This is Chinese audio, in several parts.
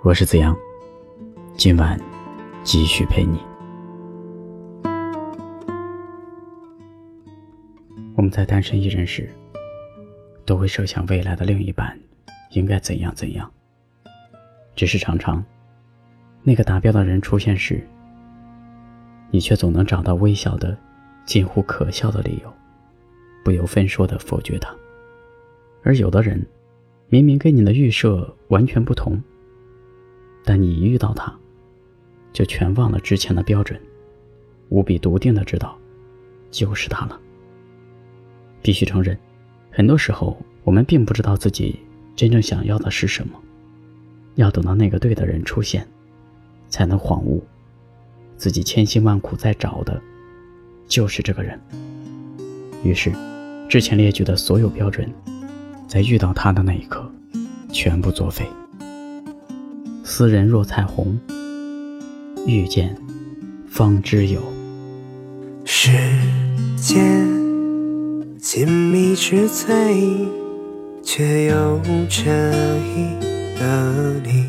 我是子阳，今晚继续陪你。我们在单身一人时，都会设想未来的另一半应该怎样怎样，只是常常那个达标的人出现时，你却总能找到微小的近乎可笑的理由，不由分说地否决他。而有的人明明跟你的预设完全不同，但你一遇到他，就全忘了之前的标准，无比笃定地知道就是他了。必须承认，很多时候我们并不知道自己真正想要的是什么，要等到那个对的人出现，才能恍悟自己千辛万苦在找的就是这个人。于是之前列举的所有标准，在遇到他的那一刻全部作废。斯人若彩虹，遇见方知有。 世间锦觅之最，却有这一个你。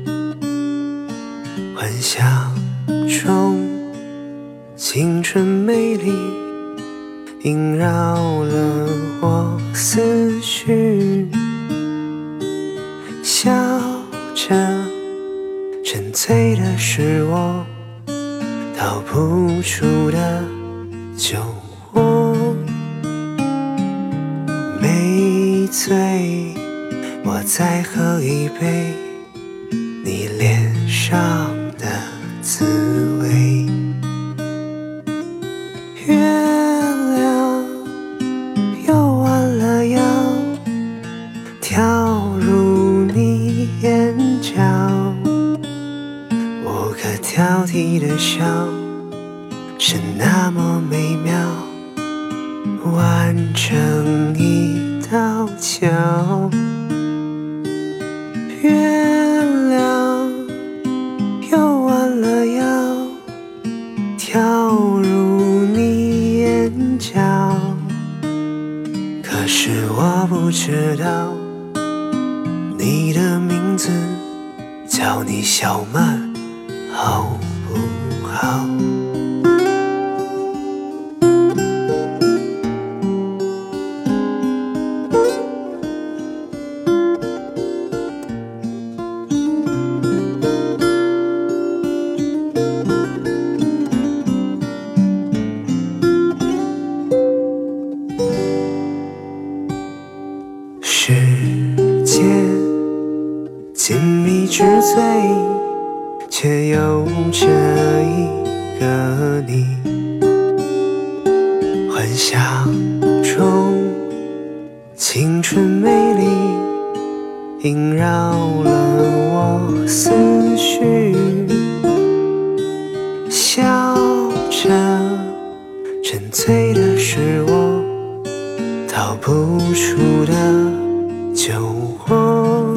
幻想中青春美丽，萦绕了我思绪，笑着沉醉的是我逃不出的酒窝。每醉我再喝一杯你脸上的滋味。月亮又弯了腰，跳入你眼角，我可挑剔的笑是那么美妙，完成一道桥。月亮又弯了腰，跳入你眼角，可是我不知道你的名字，叫你小曼好不好？世间锦觅之最，却有这一个你。幻想中青春美丽，萦绕了我思绪，笑着沉醉的是我逃不出的酒窝。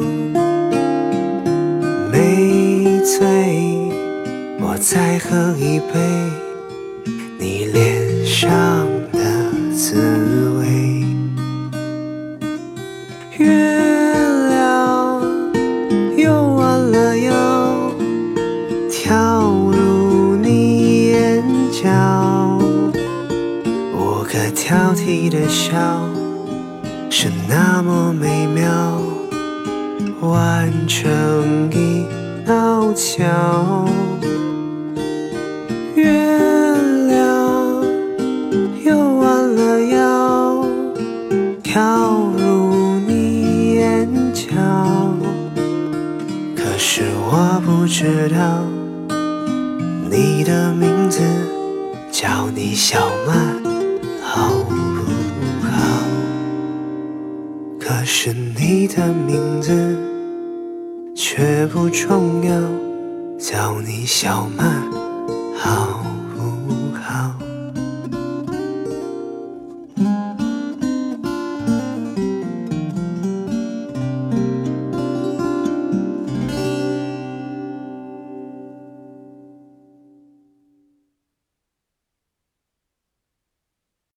每醉我再喝一杯你脸上的滋味。月亮又弯了腰，跳入你眼角，我可挑剔的笑是那么美妙，完成一道桥。月亮又弯了腰，跳入你眼角，可是我不知道你的名字，叫你小曼好不好？可是你的名字却不重要，叫你小曼好